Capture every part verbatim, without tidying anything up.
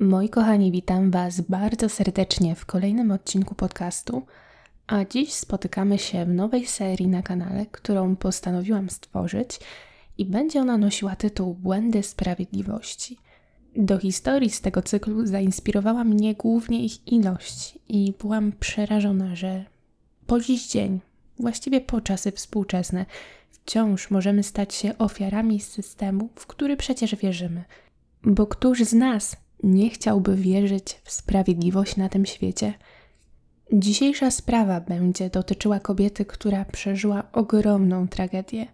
Moi kochani, witam Was bardzo serdecznie w kolejnym odcinku podcastu, a dziś spotykamy się w nowej serii na kanale, którą postanowiłam stworzyć i będzie ona nosiła tytuł Błędy Sprawiedliwości. Do historii z tego cyklu zainspirowała mnie głównie ich ilość i byłam przerażona, że po dziś dzień, właściwie po czasy współczesne, wciąż możemy stać się ofiarami systemu, w który przecież wierzymy. Bo któż z nas nie chciałby wierzyć w sprawiedliwość na tym świecie? Dzisiejsza sprawa będzie dotyczyła kobiety, która przeżyła ogromną tragedię.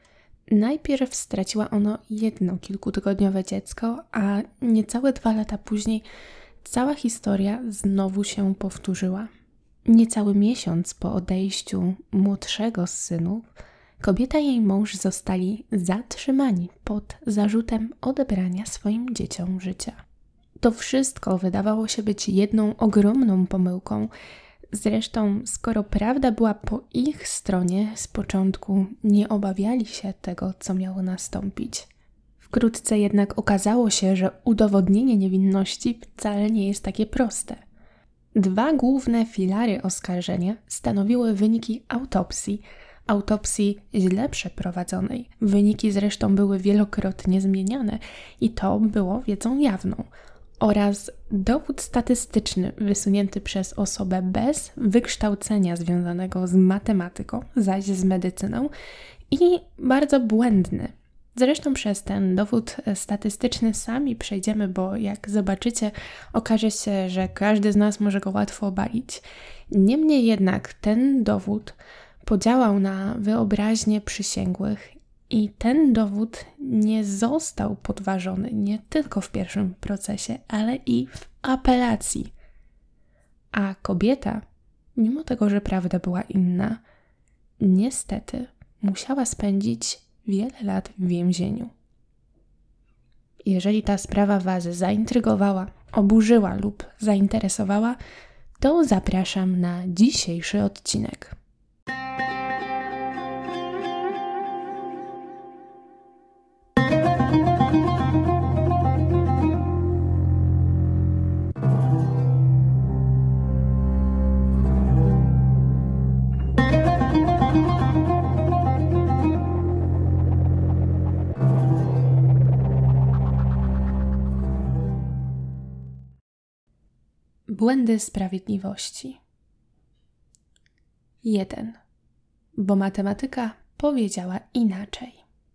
Najpierw straciła ona jedno kilkutygodniowe dziecko, a niecałe dwa lata później cała historia znowu się powtórzyła. Niecały miesiąc po odejściu młodszego z synów, kobieta i jej mąż zostali zatrzymani pod zarzutem odebrania swoim dzieciom życia. To wszystko wydawało się być jedną ogromną pomyłką. Zresztą, skoro prawda była po ich stronie, z początku nie obawiali się tego, co miało nastąpić. Wkrótce jednak okazało się, że udowodnienie niewinności wcale nie jest takie proste. Dwa główne filary oskarżenia stanowiły wyniki autopsji, autopsji źle przeprowadzonej. Wyniki zresztą były wielokrotnie zmieniane i to było wiedzą jawną. Oraz dowód statystyczny wysunięty przez osobę bez wykształcenia związanego z matematyką, zaś z medycyną i bardzo błędny. Zresztą przez ten dowód statystyczny sami przejdziemy, bo jak zobaczycie, okaże się, że każdy z nas może go łatwo obalić. Niemniej jednak ten dowód podziałał na wyobraźnię przysięgłych i ten dowód nie został podważony nie tylko w pierwszym procesie, ale i w apelacji. A kobieta, mimo tego, że prawda była inna, niestety musiała spędzić wiele lat w więzieniu. Jeżeli ta sprawa Was zaintrygowała, oburzyła lub zainteresowała, to zapraszam na dzisiejszy odcinek. Błędy sprawiedliwości. jeden. Bo matematyka powiedziała inaczej.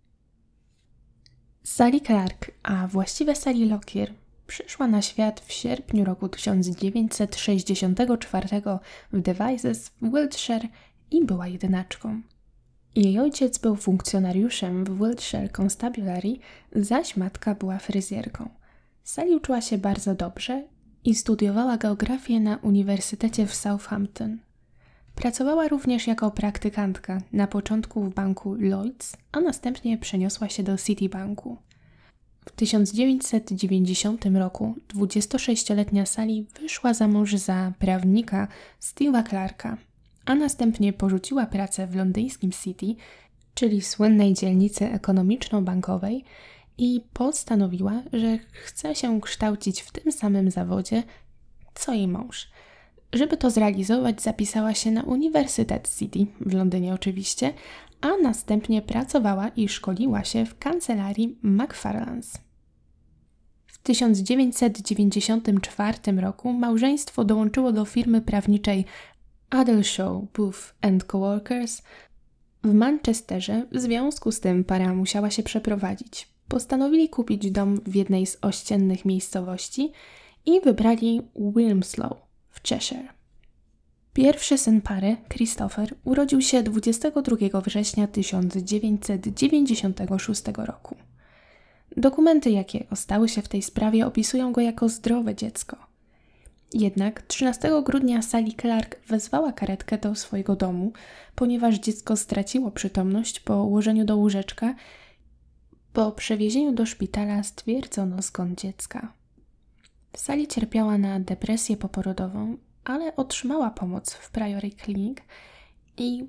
Sally Clark, a właściwie Sally Lockyer, przyszła na świat w sierpniu roku tysiąc dziewięćset sześćdziesiątego czwartego w Devizes w Wiltshire i była jedynaczką. Jej ojciec był funkcjonariuszem w Wiltshire Constabulary, zaś matka była fryzjerką. Sally uczyła się bardzo dobrze i studiowała geografię na Uniwersytecie w Southampton. Pracowała również jako praktykantka, na początku w banku Lloyds, a następnie przeniosła się do Citibanku. W tysiąc dziewięćset dziewięćdziesiątym roku dwudziestosześcioletnia Sally wyszła za mąż za prawnika Steve'a Clarka, a następnie porzuciła pracę w londyńskim City, czyli słynnej dzielnicy ekonomiczno-bankowej, i postanowiła, że chce się kształcić w tym samym zawodzie, co jej mąż. Żeby to zrealizować, zapisała się na Uniwersytet City, w Londynie oczywiście, a następnie pracowała i szkoliła się w kancelarii Macfarlane's. W tysiąc dziewięćset dziewięćdziesiątym czwartym roku małżeństwo dołączyło do firmy prawniczej Adelshaw, Booth and Coworkers w Manchesterze. W związku z tym para musiała się przeprowadzić. Postanowili kupić dom w jednej z ościennych miejscowości i wybrali Wilmslow w Cheshire. Pierwszy syn pary, Christopher, urodził się dwudziestego drugiego września tysiąc dziewięćset dziewięćdziesiątego szóstego roku. Dokumenty, jakie ostały się w tej sprawie, opisują go jako zdrowe dziecko. Jednak trzynastego grudnia Sally Clark wezwała karetkę do swojego domu, ponieważ dziecko straciło przytomność po ułożeniu do łóżeczka. Po przewiezieniu do szpitala stwierdzono zgon dziecka. Sally cierpiała na depresję poporodową, ale otrzymała pomoc w Priory Clinic i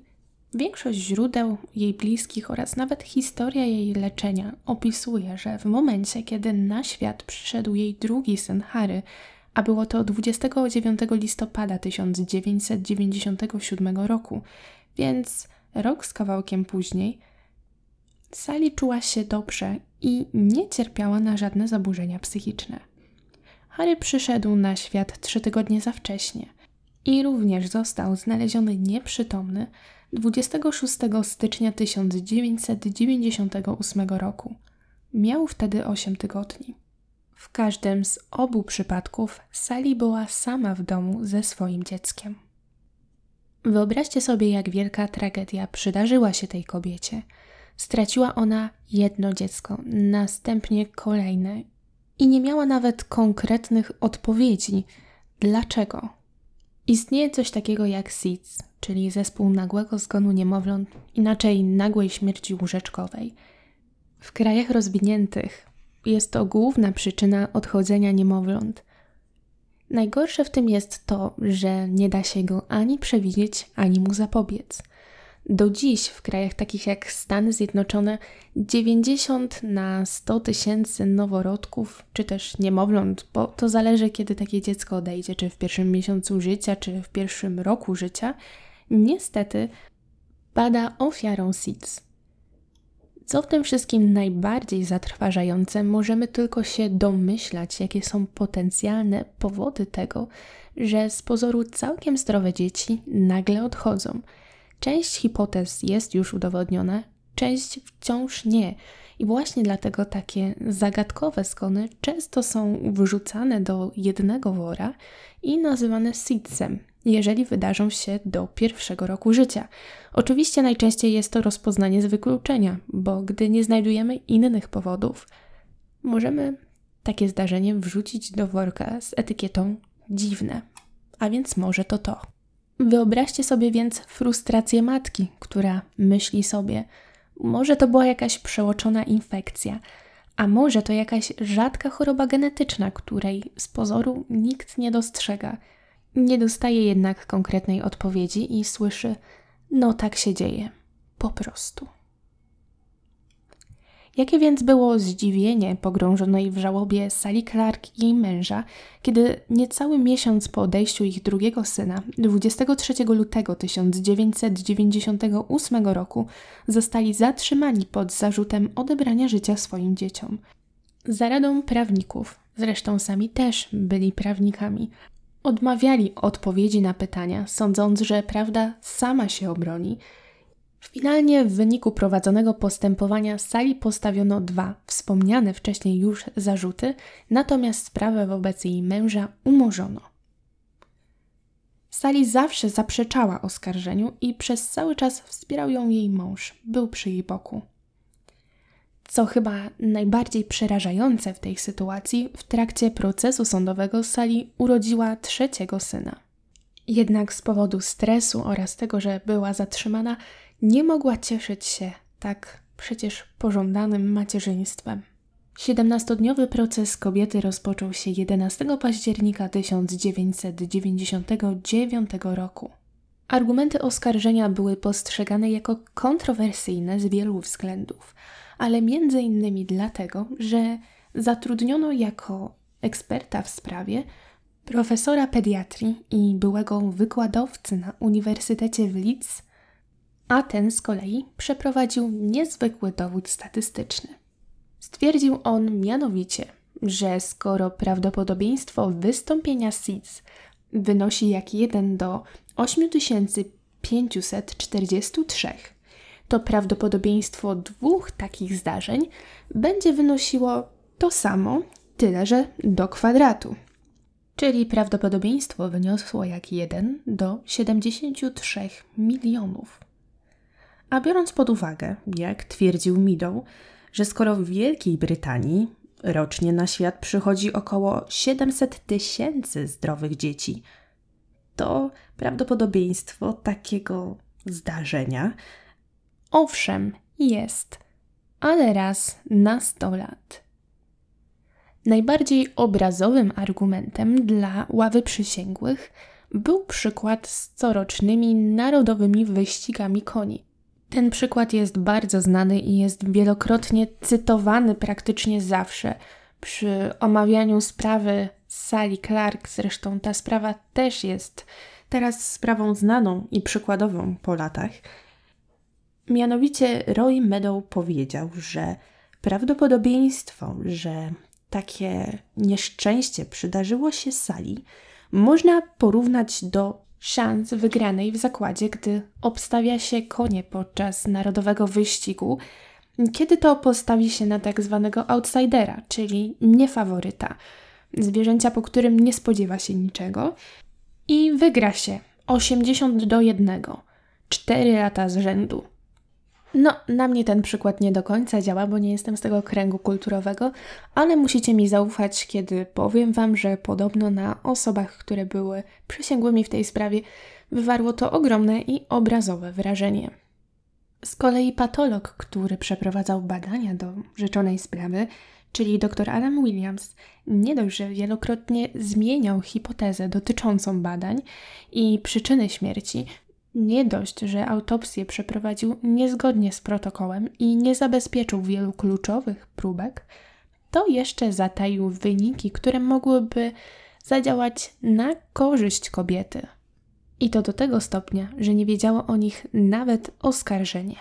Większość źródeł jej bliskich oraz nawet historia jej leczenia opisuje, że w momencie, kiedy na świat przyszedł jej drugi syn Harry, a było to dwudziestego dziewiątego listopada tysiąc dziewięćset dziewięćdziesiątego siódmego roku, więc rok z kawałkiem później, Sally czuła się dobrze i nie cierpiała na żadne zaburzenia psychiczne. Harry przyszedł na świat trzy tygodnie za wcześnie i również został znaleziony nieprzytomny dwudziestego szóstego stycznia tysiąc dziewięćset dziewięćdziesiątego ósmego roku. Miał wtedy osiem tygodni. W każdym z obu przypadków Sally była sama w domu ze swoim dzieckiem. Wyobraźcie sobie, jak wielka tragedia przydarzyła się tej kobiecie. Straciła ona jedno dziecko, następnie kolejne i nie miała nawet konkretnych odpowiedzi. Dlaczego? Istnieje coś takiego jak S I D S, czyli zespół nagłego zgonu niemowląt, inaczej nagłej śmierci łóżeczkowej. W krajach rozwiniętych jest to główna przyczyna odchodzenia niemowląt. Najgorsze w tym jest to, że nie da się go ani przewidzieć, ani mu zapobiec. Do dziś w krajach takich jak Stany Zjednoczone dziewięćdziesiąt na sto tysięcy noworodków, czy też niemowląt, bo to zależy, kiedy takie dziecko odejdzie, czy w pierwszym miesiącu życia, czy w pierwszym roku życia, niestety pada ofiarą S I D S. Co w tym wszystkim najbardziej zatrważające, możemy tylko się domyślać, jakie są potencjalne powody tego, że z pozoru całkiem zdrowe dzieci nagle odchodzą. Część hipotez jest już udowodniona, część wciąż nie. I właśnie dlatego takie zagadkowe zgony często są wrzucane do jednego wora i nazywane S I D S-em, jeżeli wydarzą się do pierwszego roku życia. Oczywiście najczęściej jest to rozpoznanie z wykluczenia, bo gdy nie znajdujemy innych powodów, możemy takie zdarzenie wrzucić do worka z etykietą dziwne. A więc może to to. Wyobraźcie sobie więc frustrację matki, która myśli sobie, może to była jakaś przeoczona infekcja, a może to jakaś rzadka choroba genetyczna, której z pozoru nikt nie dostrzega. Nie dostaje jednak konkretnej odpowiedzi i słyszy, no tak się dzieje, po prostu. Jakie więc było zdziwienie pogrążonej w żałobie Sally Clark i jej męża, kiedy niecały miesiąc po odejściu ich drugiego syna, dwudziestego trzeciego lutego tysiąc dziewięćset dziewięćdziesiątego ósmego roku, zostali zatrzymani pod zarzutem odebrania życia swoim dzieciom. Za radą prawników, zresztą sami też byli prawnikami, odmawiali odpowiedzi na pytania, sądząc, że prawda sama się obroni. Finalnie w wyniku prowadzonego postępowania Sally postawiono dwa wspomniane wcześniej już zarzuty, natomiast sprawę wobec jej męża umorzono. Sally zawsze zaprzeczała oskarżeniu i przez cały czas wspierał ją jej mąż, był przy jej boku. Co chyba najbardziej przerażające w tej sytuacji, w trakcie procesu sądowego Sally urodziła trzeciego syna. Jednak z powodu stresu oraz tego, że była zatrzymana, nie mogła cieszyć się tak przecież pożądanym macierzyństwem. Siedemnastodniowy proces kobiety rozpoczął się jedenastego października tysiąc dziewięćset dziewięćdziesiątego dziewiątego roku. Argumenty oskarżenia były postrzegane jako kontrowersyjne z wielu względów, ale między innymi dlatego, że zatrudniono jako eksperta w sprawie profesora pediatrii i byłego wykładowcy na Uniwersytecie w Leeds, a ten z kolei przeprowadził niezwykły dowód statystyczny. Stwierdził on mianowicie, że skoro prawdopodobieństwo wystąpienia S I D S wynosi jak jeden do osiem tysięcy pięćset czterdzieści trzy, to prawdopodobieństwo dwóch takich zdarzeń będzie wynosiło to samo, tyle że do kwadratu. Czyli prawdopodobieństwo wyniosło jak jeden do siedemdziesięciu trzech milionów. A biorąc pod uwagę, jak twierdził Meadow, że skoro w Wielkiej Brytanii rocznie na świat przychodzi około siedemset tysięcy zdrowych dzieci, to prawdopodobieństwo takiego zdarzenia owszem jest, ale raz na sto lat. Najbardziej obrazowym argumentem dla ławy przysięgłych był przykład z corocznymi narodowymi wyścigami koni. Ten przykład jest bardzo znany i jest wielokrotnie cytowany praktycznie zawsze. Przy omawianiu sprawy Sally Clark, zresztą ta sprawa też jest teraz sprawą znaną i przykładową po latach. Mianowicie Roy Meadow powiedział, że prawdopodobieństwo, że takie nieszczęście przydarzyło się Sally, można porównać do szans wygranej w zakładzie, gdy obstawia się konie podczas narodowego wyścigu, kiedy to postawi się na tak zwanego outsidera, czyli niefaworyta, zwierzęcia, po którym nie spodziewa się niczego i wygra się osiemdziesiąt do jednego, cztery lata z rzędu. No, na mnie ten przykład nie do końca działa, bo nie jestem z tego kręgu kulturowego, ale musicie mi zaufać, kiedy powiem wam, że podobno na osobach, które były przysięgłymi w tej sprawie, wywarło to ogromne i obrazowe wrażenie. Z kolei patolog, który przeprowadzał badania do rzeczonej sprawy, czyli dr Adam Williams, nie dość, że wielokrotnie zmieniał hipotezę dotyczącą badań i przyczyny śmierci, nie dość, że autopsję przeprowadził niezgodnie z protokołem i nie zabezpieczył wielu kluczowych próbek, to jeszcze zataił wyniki, które mogłyby zadziałać na korzyść kobiety. I to do tego stopnia, że nie wiedziało o nich nawet oskarżenie.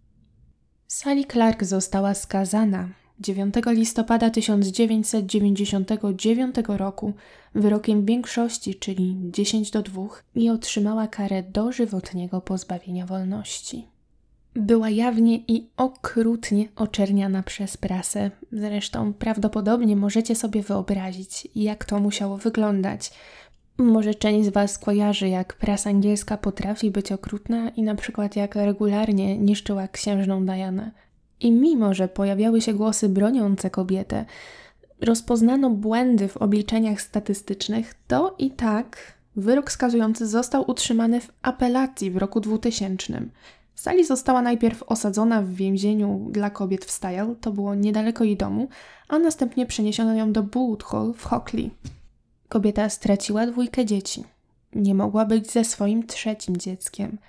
Sally Clark została skazana dziewiątego listopada tysiąc dziewięćset dziewięćdziesiątego dziewiątego roku wyrokiem większości, czyli dziesięć do dwóch, i otrzymała karę dożywotniego pozbawienia wolności. Była jawnie i okrutnie oczerniana przez prasę. Zresztą prawdopodobnie możecie sobie wyobrazić, jak to musiało wyglądać. Może część z was kojarzy, jak prasa angielska potrafi być okrutna i na przykład jak regularnie niszczyła księżną Dianę. I mimo, że pojawiały się głosy broniące kobietę, rozpoznano błędy w obliczeniach statystycznych, to i tak wyrok skazujący został utrzymany w apelacji w roku dwutysięcznym. Sally została najpierw osadzona w więzieniu dla kobiet w Style, to było niedaleko jej domu, a następnie przeniesiono ją do Bulwood Hall w Hockley. Kobieta straciła dwójkę dzieci. Nie mogła być ze swoim trzecim dzieckiem.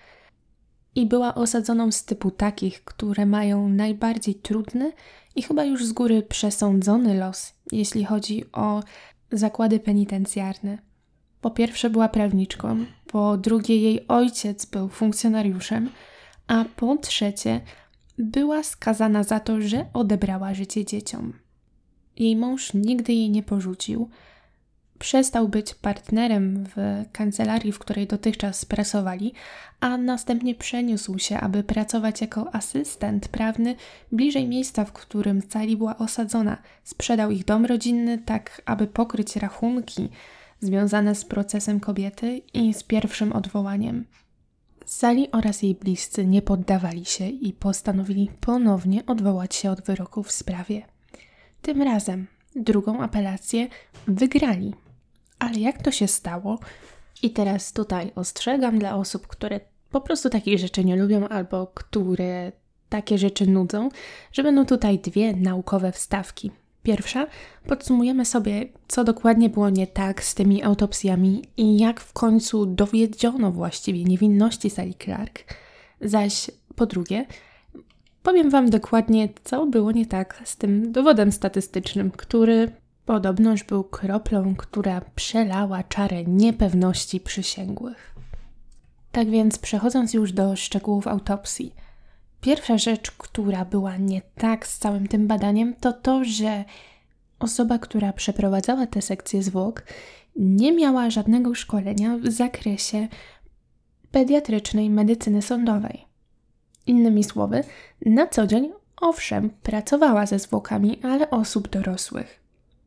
I była osadzoną z typu takich, które mają najbardziej trudny i chyba już z góry przesądzony los, jeśli chodzi o zakłady penitencjarne. Po pierwsze była prawniczką, po drugie jej ojciec był funkcjonariuszem, a po trzecie była skazana za to, że odebrała życie dzieciom. Jej mąż nigdy jej nie porzucił. Przestał być partnerem w kancelarii, w której dotychczas pracowali, a następnie przeniósł się, aby pracować jako asystent prawny bliżej miejsca, w którym Sally była osadzona. Sprzedał ich dom rodzinny, tak aby pokryć rachunki związane z procesem kobiety i z pierwszym odwołaniem. Sally oraz jej bliscy nie poddawali się i postanowili ponownie odwołać się od wyroku w sprawie. Tym razem drugą apelację wygrali. Ale jak to się stało? I teraz tutaj ostrzegam dla osób, które po prostu takich rzeczy nie lubią albo które takie rzeczy nudzą, że będą tutaj dwie naukowe wstawki. Pierwsza, podsumujemy sobie, co dokładnie było nie tak z tymi autopsjami i jak w końcu dowiedziono właściwie niewinności Sally Clark. Zaś po drugie, powiem wam dokładnie, co było nie tak z tym dowodem statystycznym, który podobnoż był kroplą, która przelała czarę niepewności przysięgłych. Tak więc przechodząc już do szczegółów autopsji. Pierwsza rzecz, która była nie tak z całym tym badaniem, to to, że osoba, która przeprowadzała tę sekcję zwłok, nie miała żadnego szkolenia w zakresie pediatrycznej medycyny sądowej. Innymi słowy, na co dzień, owszem, pracowała ze zwłokami, ale osób dorosłych.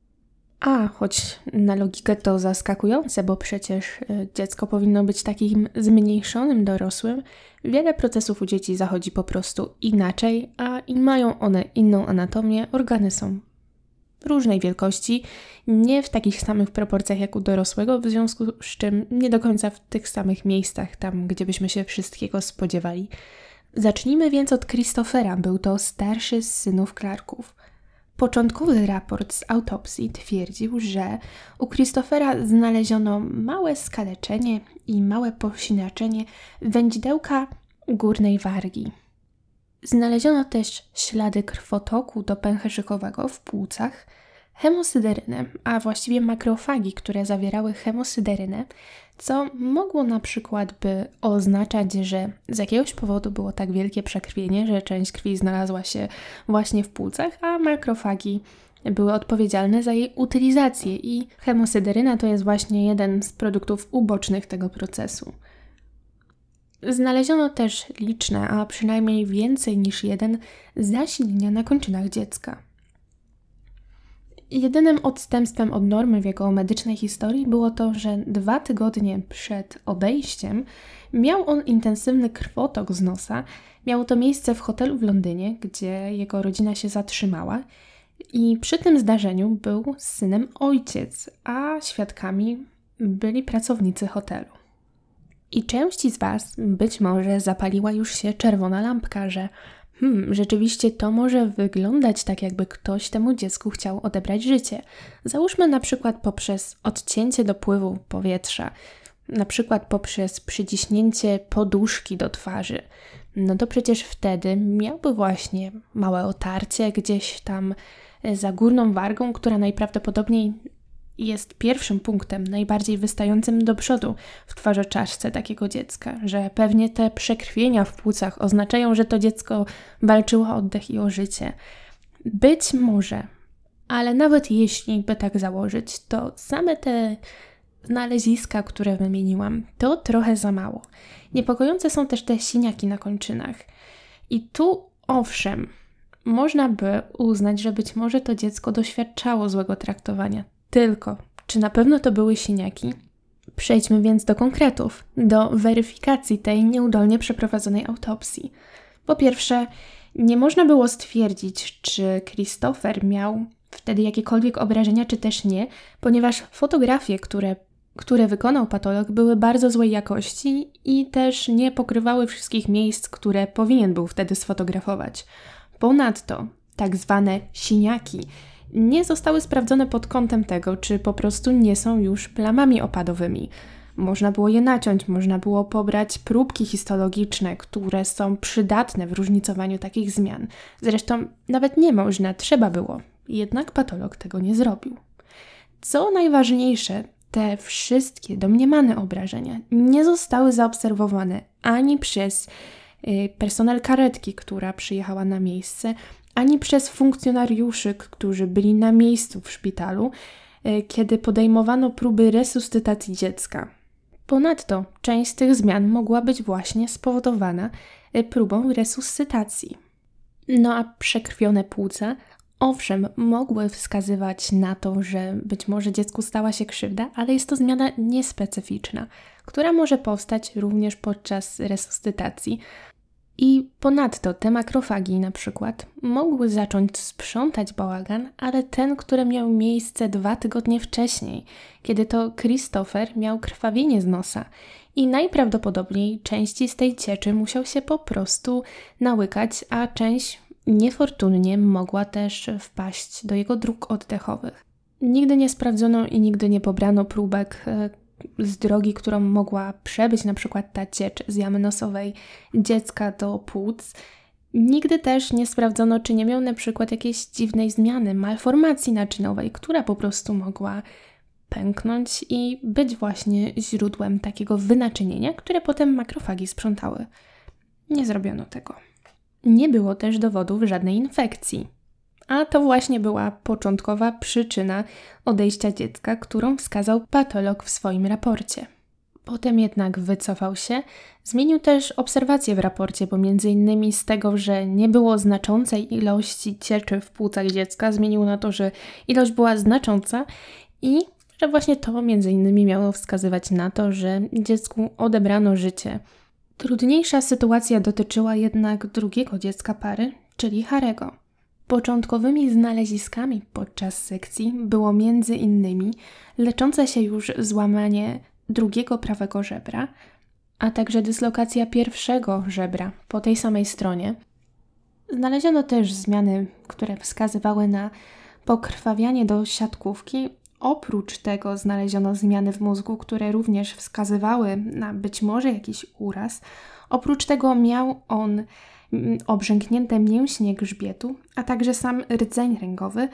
A, choć na logikę to zaskakujące, bo przecież dziecko powinno być takim zmniejszonym dorosłym, wiele procesów u dzieci zachodzi po prostu inaczej, a i mają one inną anatomię, organy są różnej wielkości, nie w takich samych proporcjach jak u dorosłego, w związku z czym nie do końca w tych samych miejscach, tam gdzie byśmy się wszystkiego spodziewali. Zacznijmy więc od Christophera, był to starszy z synów Clarków. Początkowy raport z autopsji twierdził, że u Christophera znaleziono małe skaleczenie i małe posinaczenie wędzidełka górnej wargi. Znaleziono też ślady krwotoku do pęcherzykowego w płucach, hemosyderynę, a właściwie makrofagi, które zawierały hemosyderynę, co mogło na przykład by oznaczać, że z jakiegoś powodu było tak wielkie przekrwienie, że część krwi znalazła się właśnie w płucach, a makrofagi były odpowiedzialne za jej utylizację i hemosyderyna to jest właśnie jeden z produktów ubocznych tego procesu. Znaleziono też liczne, a przynajmniej więcej niż jeden zasilenia na kończynach dziecka. Jedynym odstępstwem od normy w jego medycznej historii było to, że dwa tygodnie przed odejściem miał on intensywny krwotok z nosa. Miało to miejsce w hotelu w Londynie, gdzie jego rodzina się zatrzymała i przy tym zdarzeniu był z synem ojciec, a świadkami byli pracownicy hotelu. I części z Was być może zapaliła już się czerwona lampka, że Hmm, rzeczywiście to może wyglądać tak, jakby ktoś temu dziecku chciał odebrać życie. Załóżmy na przykład poprzez odcięcie dopływu powietrza, na przykład poprzez przyciśnięcie poduszki do twarzy. No to przecież wtedy miałby właśnie małe otarcie gdzieś tam za górną wargą, która najprawdopodobniej jest pierwszym punktem, najbardziej wystającym do przodu w twarzoczaszce takiego dziecka, że pewnie te przekrwienia w płucach oznaczają, że to dziecko walczyło o oddech i o życie. Być może, ale nawet jeśli by tak założyć, to same te znaleziska, które wymieniłam, to trochę za mało. Niepokojące są też te siniaki na kończynach. I tu owszem, można by uznać, że być może to dziecko doświadczało złego traktowania. Tylko, czy na pewno to były siniaki? Przejdźmy więc do konkretów, do weryfikacji tej nieudolnie przeprowadzonej autopsji. Po pierwsze, nie można było stwierdzić, czy Christopher miał wtedy jakiekolwiek obrażenia, czy też nie, ponieważ fotografie, które, które wykonał patolog, były bardzo złej jakości i też nie pokrywały wszystkich miejsc, które powinien był wtedy sfotografować. Ponadto, tak zwane siniaki nie zostały sprawdzone pod kątem tego, czy po prostu nie są już plamami opadowymi. Można było je naciąć, można było pobrać próbki histologiczne, które są przydatne w różnicowaniu takich zmian. Zresztą nawet nie można, trzeba było. Jednak patolog tego nie zrobił. Co najważniejsze, te wszystkie domniemane obrażenia nie zostały zaobserwowane ani przez y, personel karetki, która przyjechała na miejsce, ani przez funkcjonariuszy, którzy byli na miejscu w szpitalu, kiedy podejmowano próby resuscytacji dziecka. Ponadto część z tych zmian mogła być właśnie spowodowana próbą resuscytacji. No a przekrwione płuca, owszem, mogły wskazywać na to, że być może dziecku stała się krzywda, ale jest to zmiana niespecyficzna, która może powstać również podczas resuscytacji. I ponadto te makrofagi na przykład mogły zacząć sprzątać bałagan, ale ten, który miał miejsce dwa tygodnie wcześniej, kiedy to Christopher miał krwawienie z nosa i najprawdopodobniej części z tej cieczy musiał się po prostu nałykać, a część niefortunnie mogła też wpaść do jego dróg oddechowych. Nigdy nie sprawdzono i nigdy nie pobrano próbek z drogi, którą mogła przebyć na przykład ta ciecz z jamy nosowej dziecka do płuc. Nigdy też nie sprawdzono, czy nie miał na przykład jakiejś dziwnej zmiany, malformacji naczynowej, która po prostu mogła pęknąć i być właśnie źródłem takiego wynaczynienia, które potem makrofagi sprzątały. Nie zrobiono tego. Nie było też dowodów żadnej infekcji. A to właśnie była początkowa przyczyna odejścia dziecka, którą wskazał patolog w swoim raporcie. Potem jednak wycofał się, zmienił też obserwacje w raporcie, bo między innymi z tego, że nie było znaczącej ilości cieczy w płucach dziecka, zmienił na to, że ilość była znacząca i że właśnie to między innymi miało wskazywać na to, że dziecku odebrano życie. Trudniejsza sytuacja dotyczyła jednak drugiego dziecka pary, czyli Harego. Początkowymi znaleziskami podczas sekcji było między innymi leczące się już złamanie drugiego prawego żebra, a także dyslokacja pierwszego żebra po tej samej stronie. Znaleziono też zmiany, które wskazywały na pokrwawianie do siatkówki. Oprócz tego znaleziono zmiany w mózgu, które również wskazywały na być może jakiś uraz. Oprócz tego miał on obrzęknięte mięśnie grzbietu, a także sam rdzeń rękowy.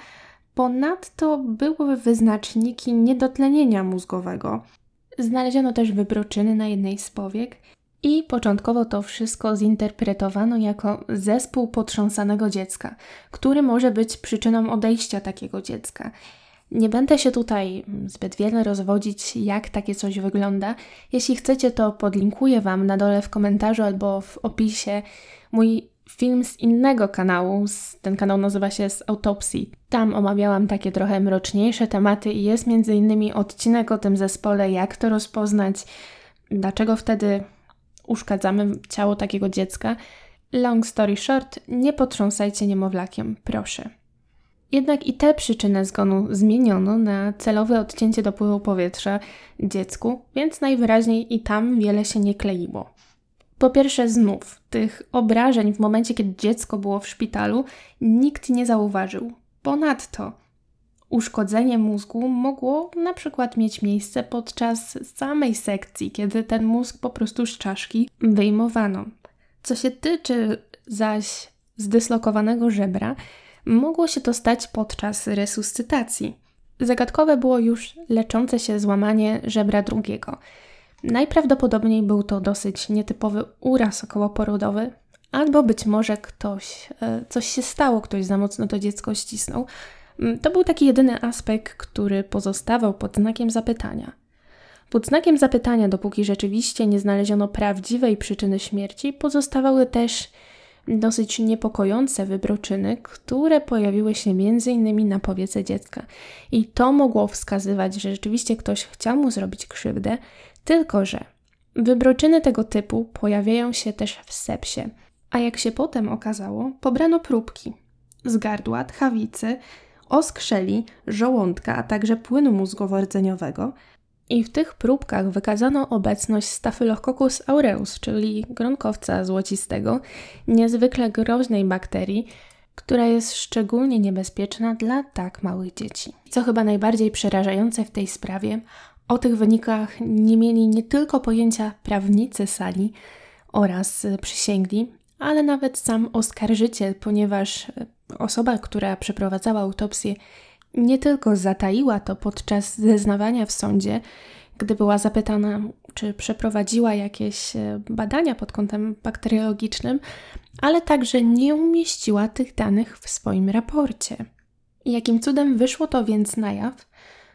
Ponadto były wyznaczniki niedotlenienia mózgowego. Znaleziono też wybroczyny na jednej z powiek i początkowo to wszystko zinterpretowano jako zespół potrząsanego dziecka, który może być przyczyną odejścia takiego dziecka. Nie będę się tutaj zbyt wiele rozwodzić, jak takie coś wygląda. Jeśli chcecie, to podlinkuję Wam na dole w komentarzu albo w opisie mój film z innego kanału. Ten kanał nazywa się Z Autopsji. Tam omawiałam takie trochę mroczniejsze tematy i jest między innymi odcinek o tym zespole, jak to rozpoznać, dlaczego wtedy uszkadzamy ciało takiego dziecka. Long story short, nie potrząsajcie niemowlakiem, proszę. Jednak i tę przyczynę zgonu zmieniono na celowe odcięcie dopływu powietrza dziecku, więc najwyraźniej i tam wiele się nie kleiło. Po pierwsze, znów, tych obrażeń w momencie, kiedy dziecko było w szpitalu, nikt nie zauważył. Ponadto uszkodzenie mózgu mogło na przykład mieć miejsce podczas samej sekcji, kiedy ten mózg po prostu z czaszki wyjmowano. Co się tyczy zaś zdyslokowanego żebra, mogło się to stać podczas resuscytacji. Zagadkowe było już leczące się złamanie żebra drugiego. Najprawdopodobniej był to dosyć nietypowy uraz okołoporodowy, albo być może ktoś, coś się stało, ktoś za mocno to dziecko ścisnął. To był taki jedyny aspekt, który pozostawał pod znakiem zapytania. Pod znakiem zapytania, dopóki rzeczywiście nie znaleziono prawdziwej przyczyny śmierci, pozostawały też dosyć niepokojące wybroczyny, które pojawiły się między innymi na powiece dziecka. I to mogło wskazywać, że rzeczywiście ktoś chciał mu zrobić krzywdę, tylko że wybroczyny tego typu pojawiają się też w sepsie. A jak się potem okazało, pobrano próbki z gardła, tchawicy, oskrzeli, żołądka, a także płynu mózgowo-rdzeniowego. I w tych próbkach wykazano obecność Staphylococcus aureus, czyli gronkowca złocistego, niezwykle groźnej bakterii, która jest szczególnie niebezpieczna dla tak małych dzieci. Co chyba najbardziej przerażające w tej sprawie, o tych wynikach nie mieli nie tylko pojęcia prawnicy sali oraz przysięgli, ale nawet sam oskarżyciel, ponieważ osoba, która przeprowadzała autopsję, nie tylko zataiła to podczas zeznawania w sądzie, gdy była zapytana, czy przeprowadziła jakieś badania pod kątem bakteriologicznym, ale także nie umieściła tych danych w swoim raporcie. Jakim cudem wyszło to więc na jaw?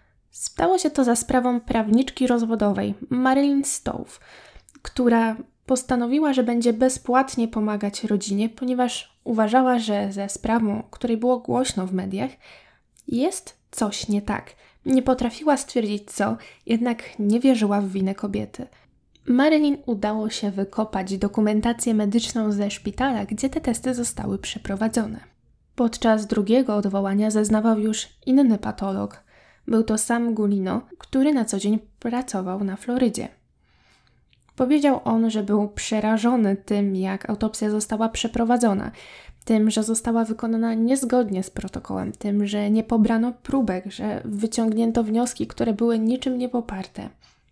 Stało się to za sprawą prawniczki rozwodowej Marilyn Stowe, która postanowiła, że będzie bezpłatnie pomagać rodzinie, ponieważ uważała, że ze sprawą, o której było głośno w mediach, jest coś nie tak. Nie potrafiła stwierdzić co, jednak nie wierzyła w winę kobiety. Marilyn udało się wykopać dokumentację medyczną ze szpitala, gdzie te testy zostały przeprowadzone. Podczas drugiego odwołania zeznawał już inny patolog. Był to Sam Gulino, który na co dzień pracował na Florydzie. Powiedział on, że był przerażony tym, jak autopsja została przeprowadzona, tym, że została wykonana niezgodnie z protokołem, tym, że nie pobrano próbek, że wyciągnięto wnioski, które były niczym niepoparte.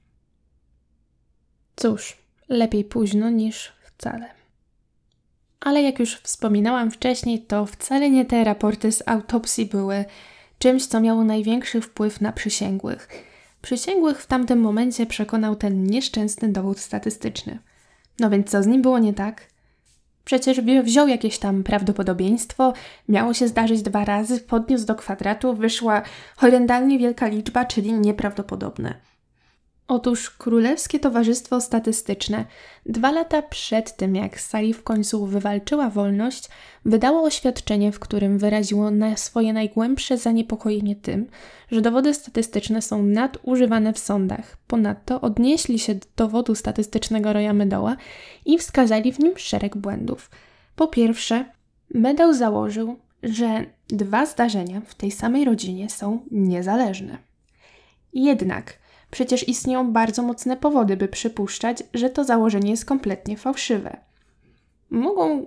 Cóż, lepiej późno niż wcale. Ale jak już wspominałam wcześniej, to wcale nie te raporty z autopsji były czymś, co miało największy wpływ na przysięgłych. Przysięgłych w tamtym momencie przekonał ten nieszczęsny dowód statystyczny. No więc co z nim było nie tak? Przecież wziął jakieś tam prawdopodobieństwo, miało się zdarzyć dwa razy, podniósł do kwadratu, wyszła horrendalnie wielka liczba, czyli nieprawdopodobne. Otóż Królewskie Towarzystwo Statystyczne dwa lata przed tym, jak Sally w końcu wywalczyła wolność, wydało oświadczenie, w którym wyraziło na swoje najgłębsze zaniepokojenie tym, że dowody statystyczne są nadużywane w sądach. Ponadto odnieśli się do dowodu statystycznego Roya Meadowa i wskazali w nim szereg błędów. Po pierwsze, Meadow założył, że dwa zdarzenia w tej samej rodzinie są niezależne. Jednak przecież istnieją bardzo mocne powody, by przypuszczać, że to założenie jest kompletnie fałszywe. Mogą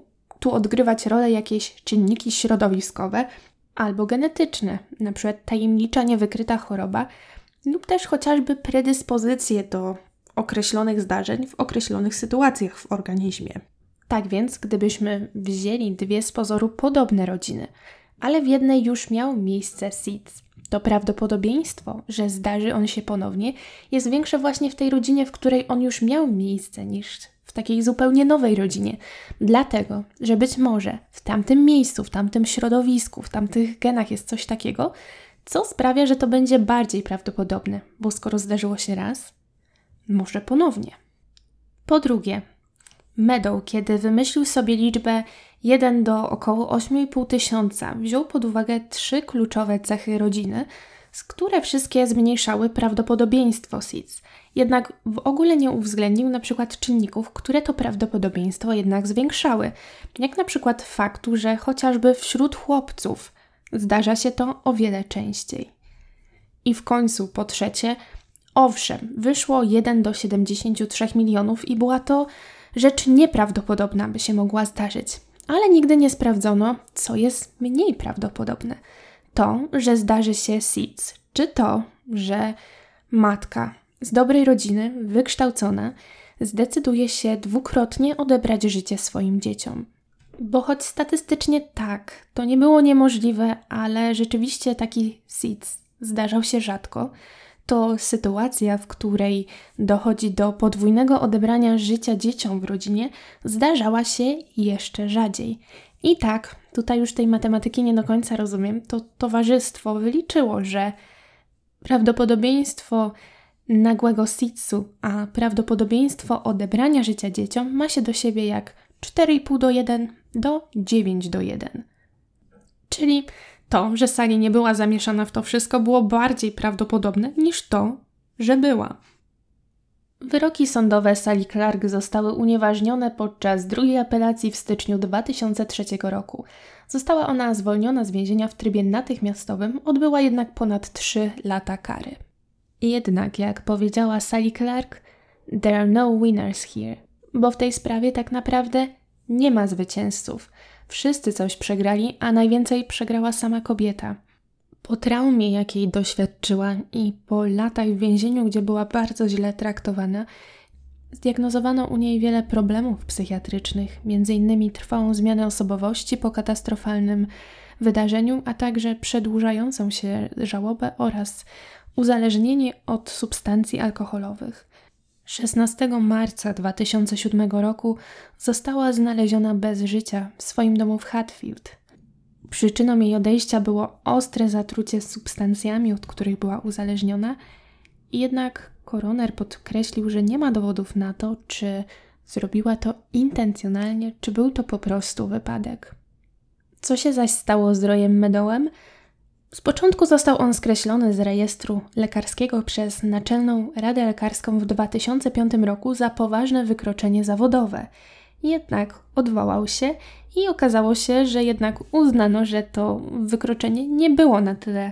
tu odgrywać rolę jakieś czynniki środowiskowe albo genetyczne, np. tajemnicza niewykryta choroba lub też chociażby predyspozycje do określonych zdarzeń w określonych sytuacjach w organizmie. Tak więc, gdybyśmy wzięli dwie z pozoru podobne rodziny, ale w jednej już miał miejsce S I D S, to prawdopodobieństwo, że zdarzy on się ponownie, jest większe właśnie w tej rodzinie, w której on już miał miejsce, niż w takiej zupełnie nowej rodzinie. Dlatego, że być może w tamtym miejscu, w tamtym środowisku, w tamtych genach jest coś takiego, co sprawia, że to będzie bardziej prawdopodobne, bo skoro zdarzyło się raz, może ponownie. Po drugie, Meadow, kiedy wymyślił sobie liczbę jeden do około osiem i pół tysiąca, wziął pod uwagę trzy kluczowe cechy rodziny, z które wszystkie zmniejszały prawdopodobieństwo S I D S. Jednak w ogóle nie uwzględnił na przykład czynników, które to prawdopodobieństwo jednak zwiększały, jak na przykład faktu, że chociażby wśród chłopców zdarza się to o wiele częściej. I w końcu, po trzecie, owszem, wyszło jeden do siedemdziesięciu trzech milionów i była to rzecz nieprawdopodobna, by się mogła zdarzyć. Ale nigdy nie sprawdzono, co jest mniej prawdopodobne. To, że zdarzy się S I D S, czy to, że matka z dobrej rodziny, wykształcona, zdecyduje się dwukrotnie odebrać życie swoim dzieciom. Bo choć statystycznie tak, to nie było niemożliwe, ale rzeczywiście taki S I D S zdarzał się rzadko, to sytuacja, w której dochodzi do podwójnego odebrania życia dzieciom w rodzinie, zdarzała się jeszcze rzadziej. I tak, tutaj już tej matematyki nie do końca rozumiem, to towarzystwo wyliczyło, że prawdopodobieństwo nagłego S I D S-u, a prawdopodobieństwo odebrania życia dzieciom ma się do siebie jak cztery i pół do jeden do dziewięć do jeden. Czyli to, że Sally nie była zamieszana w to wszystko, było bardziej prawdopodobne niż to, że była. Wyroki sądowe Sally Clark zostały unieważnione podczas drugiej apelacji w styczniu dwa tysiące trzeciego roku. Została ona zwolniona z więzienia w trybie natychmiastowym, odbyła jednak ponad trzy lata kary. Jednak, jak powiedziała Sally Clark, there are no winners here, bo w tej sprawie tak naprawdę nie ma zwycięzców. Wszyscy coś przegrali, a najwięcej przegrała sama kobieta. Po traumie, jakiej doświadczyła i po latach w więzieniu, gdzie była bardzo źle traktowana, zdiagnozowano u niej wiele problemów psychiatrycznych, między innymi trwałą zmianę osobowości po katastrofalnym wydarzeniu, a także przedłużającą się żałobę oraz uzależnienie od substancji alkoholowych. szesnastego marca dwa tysiące siódmego roku została znaleziona bez życia w swoim domu w Hatfield. Przyczyną jej odejścia było ostre zatrucie substancjami, od których była uzależniona, jednak koroner podkreślił, że nie ma dowodów na to, czy zrobiła to intencjonalnie, czy był to po prostu wypadek. Co się zaś stało z Royem Meadowem? Z początku został on skreślony z rejestru lekarskiego przez Naczelną Radę Lekarską w dwa tysiące piątym roku za poważne wykroczenie zawodowe. Jednak odwołał się i okazało się, że jednak uznano, że to wykroczenie nie było na tyle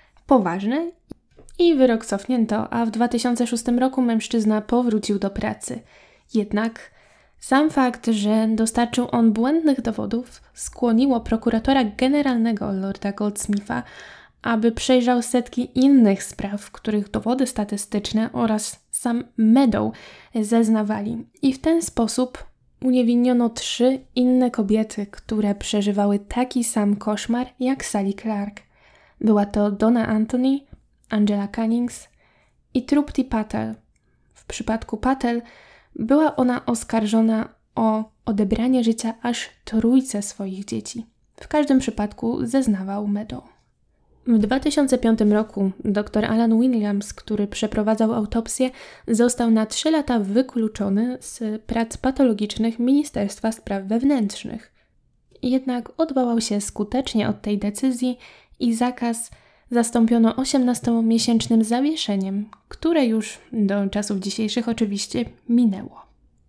poważne i wyrok cofnięto, a w dwa tysiące szóstym roku mężczyzna powrócił do pracy. Jednak sam fakt, że dostarczył on błędnych dowodów, skłoniło prokuratora generalnego Lorda Goldsmitha, aby przejrzał setki innych spraw, w których dowody statystyczne oraz sam Meadow zeznawali. I w ten sposób uniewinniono trzy inne kobiety, które przeżywały taki sam koszmar jak Sally Clark. Była to Donna Anthony, Angela Cunnings i Trupti Patel. W przypadku Patel była ona oskarżona o odebranie życia aż trójce swoich dzieci. W każdym przypadku zeznawał Meadow. W dwa tysiące piątym roku dr Alan Williams, który przeprowadzał autopsję, został na trzy lata wykluczony z prac patologicznych Ministerstwa Spraw Wewnętrznych. Jednak odwołał się skutecznie od tej decyzji i zakaz zastąpiono osiemnastomiesięcznym zawieszeniem, które już do czasów dzisiejszych oczywiście minęło.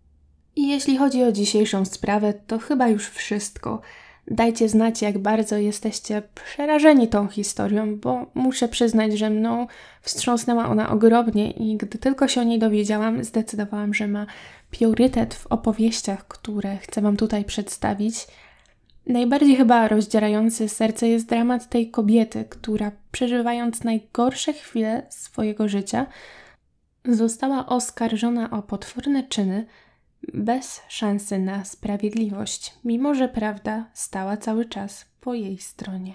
I jeśli chodzi o dzisiejszą sprawę, to chyba już wszystko. Dajcie znać, jak bardzo jesteście przerażeni tą historią, bo muszę przyznać, że mną wstrząsnęła ona ogromnie i gdy tylko się o niej dowiedziałam, zdecydowałam, że ma priorytet w opowieściach, które chcę Wam tutaj przedstawić. Najbardziej chyba rozdzierający serce jest dramat tej kobiety, która przeżywając najgorsze chwile swojego życia, została oskarżona o potworne czyny bez szansy na sprawiedliwość, mimo że prawda stała cały czas po jej stronie.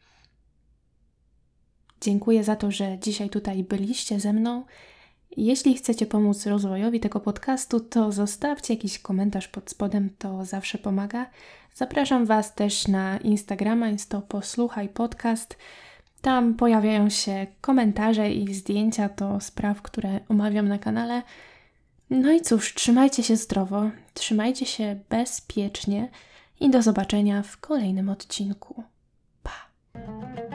Dziękuję za to, że dzisiaj tutaj byliście ze mną. Jeśli chcecie pomóc rozwojowi tego podcastu, to zostawcie jakiś komentarz pod spodem, to zawsze pomaga. Zapraszam Was też na Instagrama, jest to Posłuchaj Podcast. Tam pojawiają się komentarze i zdjęcia do spraw, które omawiam na kanale. No i cóż, trzymajcie się zdrowo, trzymajcie się bezpiecznie i do zobaczenia w kolejnym odcinku. Pa!